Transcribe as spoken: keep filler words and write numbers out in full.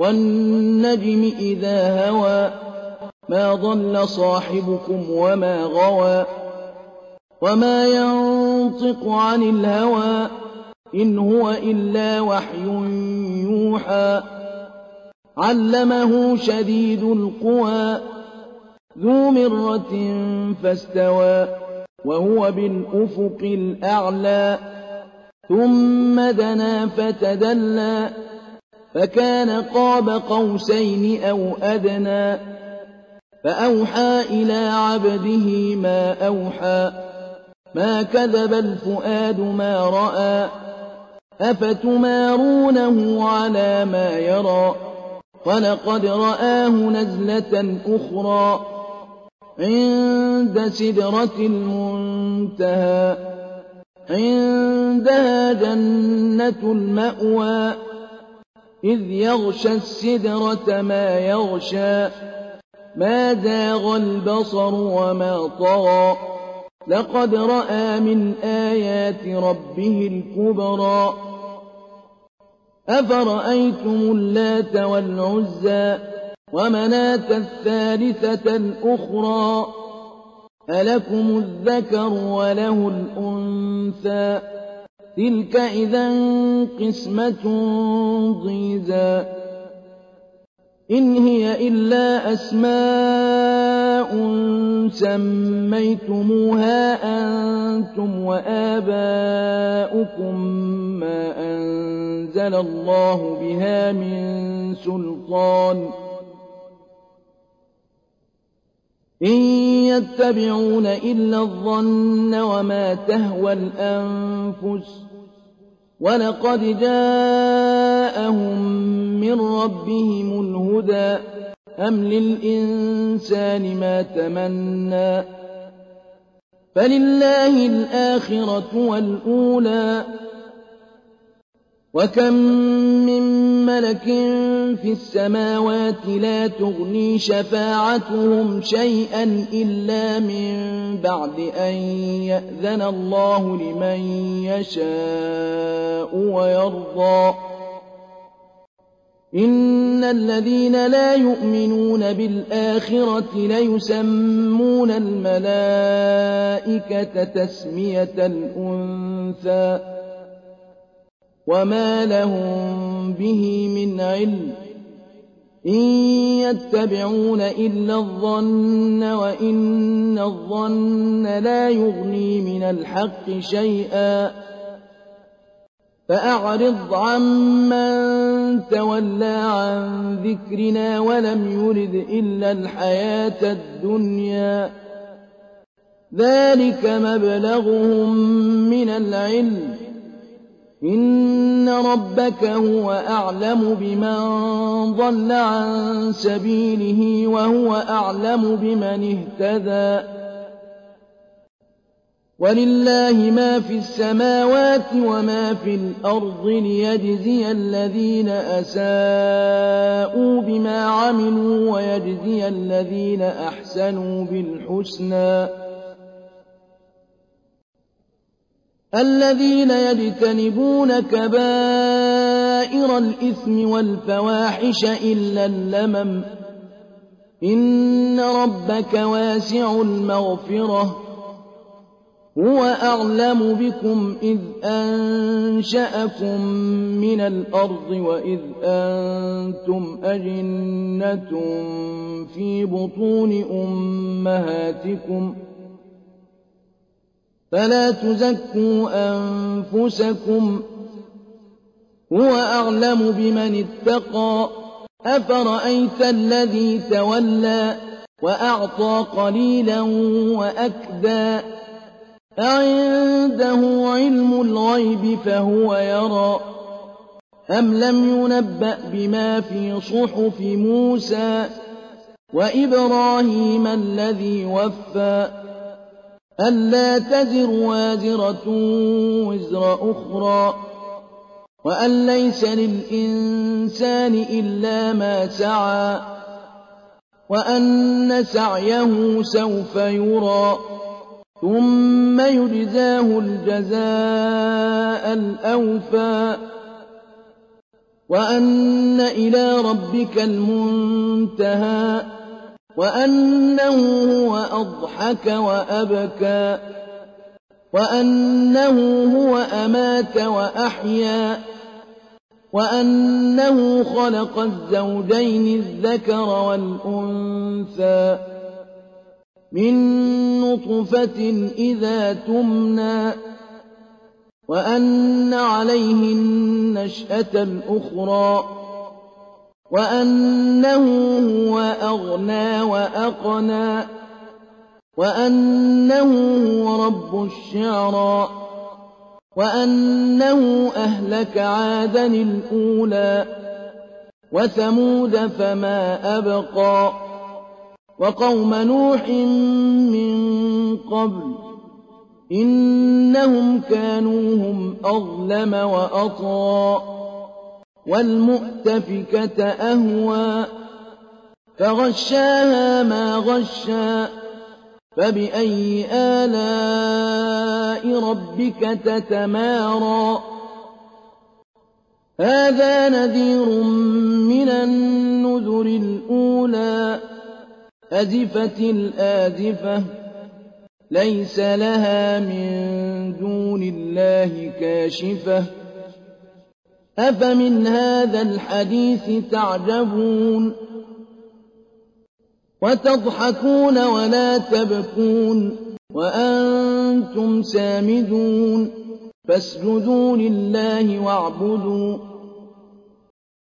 وَالنَّجْمِ إِذَا هَوَىٰ مَا ضَلَّ صَاحِبُكُمْ وَمَا غَوَىٰ وَمَا يَنطِقُ عَنِ الْهَوَىٰ إِنْ هُوَ إِلَّا وَحْيٌ يُوحَىٰ عَلَّمَهُ شَدِيدُ الْقُوَىٰ ذُو مِرَّةٍ فَاسْتَوَىٰ وَهُوَ بِالْأُفُقِ الْأَعْلَىٰ ثُمَّ دَنَا فَتَدَلَّىٰ فَكَانَ قَابَ قَوْسَيْنِ أَوْ أَدْنَىٰ فَأَوْحَىٰ إِلَىٰ عَبْدِهِ مَا أَوْحَىٰ مَا كَذَبَ الْفُؤَادُ مَا رَأَىٰ أَفَتُمَارُونَهُ عَلَىٰ مَا يَرَىٰ وَلَقَدْ رَآهُ نَزْلَةً أُخْرَىٰ عِندَ سِدْرَةِ الْمُنتَهَىٰ عِندَهَا جَنَّةُ الْمَأْوَىٰ إِذْ يَغْشَى السِّدْرَةَ مَا يَغْشَىٰ مَا زَاغَ الْبَصَرُ وَمَا طَغَىٰ لَقَدْ رَأَىٰ مِنْ آيَاتِ رَبِّهِ الْكُبْرَىٰ أَفَرَأَيْتُمُ اللَّاتَ وَالْعُزَّىٰ وَمَنَاةَ الثَّالِثَةَ الْأُخْرَىٰ أَلَكُمُ الذَّكَرُ وَلَهُ الْأُنثَىٰ تِلْكَ إِذًا قِسْمَةٌ ضِيزَىٰ إِنْ هِيَ إِلَّا أَسْمَاءٌ سَمَّيْتُمُوهَا أَنتُمْ وَآبَاؤُكُم مَّا أَنزَلَ اللَّهُ بِهَا مِن سُلْطَانٍ إِن يَتَّبِعُونَ إِلَّا الظَّنَّ وَمَا تَهْوَى الْأَنفُسُ وَلَقَدْ جَاءَهُم مِّن رَّبِّهِمُ الْهُدَىٰ أَمْ لِلْإِنسَانِ مَا تَمَنَّىٰ فَلِلَّهِ الْآخِرَةُ وَالْأُولَىٰ وَكَم مِّن مَّلَكٍ فِي السَّمَاوَاتِ لَا تُغْنِي شَفَاعَتُهُمْ شَيْئًا إِلَّا مِن بَعْدِ أَن يَأْذَنَ اللَّهُ لِمَن يَشَاءُ وَيَرْضَىٰ إِنَّ الَّذِينَ لَا يُؤْمِنُونَ بِالْآخِرَةِ لَيُسَمُّونَ الْمَلَائِكَةَ تَسْمِيَةَ الْأُنثَىٰ وَمَا لَهُم بِهِ مِنْ عِلْمٍ إِن يَتَّبِعُونَ إِلَّا الظَّنَّ وَإِنَّ الظَّنَّ لَا يُغْنِي مِنَ الْحَقِّ شَيْئًا فَأَعْرِضْ عَمَّن تَوَلَّىٰ عَن ذِكْرِنَا وَلَمْ يُرِدْ إِلَّا الْحَيَاةَ الدُّنْيَا ذَٰلِكَ مَبْلَغُهُم مِّنَ الْعِلْمِ إِنَّ رَبَّكَ هُوَ أَعْلَمُ بِمَن ضَلَّ عَن سَبِيلِهِ وَهُوَ أَعْلَمُ بِمَنِ اهْتَدَىٰ وَلِلَّهِ مَا فِي السَّمَاوَاتِ وَمَا فِي الْأَرْضِ لِيَجْزِيَ الَّذِينَ أَسَاءُوا بِمَا عَمِلُوا وَيَجْزِيَ الَّذِينَ أَحْسَنُوا بِالْحُسْنَىٰ الَّذِينَ يَجْتَنِبُونَ كَبَائِرَ الْإِثْمِ وَالْفَوَاحِشَ إِلَّا اللَّمَمَ إِنَّ رَبَّكَ وَاسِعُ الْمَغْفِرَةِ هُوَ أَعْلَمُ بِكُمْ إِذْ أَنشَأَكُم مِّنَ الْأَرْضِ وَإِذْ أَنتُمْ أَجِنَّةٌ فِي بُطُونِ أُمَّهَاتِكُمْ فَلَا تُزَكُّوا أَنفُسَكُمْ هُوَ أَعْلَمُ بِمَنِ اتَّقَىٰ أَفَرَأَيْتَ الَّذِي تَوَلَّىٰ وَأَعْطَىٰ قَلِيلًا وَأَكْدَىٰ أَعِندَهُ عِلْمُ الْغَيْبِ فَهُوَ يَرَىٰ أَمْ لَمْ يُنَبَّأْ بِمَا فِي صُحُفِ مُوسَىٰ وَإِبْرَاهِيمَ الَّذِي وَفَّىٰ أَلَّا تَزِرُ وَازِرَةٌ وِزْرَ أُخْرَىٰ وَأَن لَّيْسَ لِلْإِنسَانِ إِلَّا مَا سَعَىٰ وَأَنَّ سَعْيَهُ سَوْفَ يُرَىٰ ثُمَّ يُجْزَاهُ الْجَزَاءَ الْأَوْفَىٰ وأن إلى ربك المنتهى وأنه هو أضحك وأبكى وأنه هو أمات وأحيا وأنه خلق الزوجين الذكر والأنثى من نطفة إذا تمنى وأن عليه النشأة الأخرى وأنه هو أغنى وأقنى وأنه هو رب الشعرى وأنه أهلك عادا الأولى وثمود فما أبقى وقوم نوح من قبل إنهم كانوا هم أظلم وأطغى والمؤتفكة أهوى فغشاها ما غشى فبأي آلاء ربك تتمارى هذا نذير من النذر الأولى أزفت الآزفة ليس لها من دون الله كاشفة أفمن هذا الحديث تعجبون وتضحكون ولا تبكون وأنتم سامدون فاسجدوا لله واعبدوا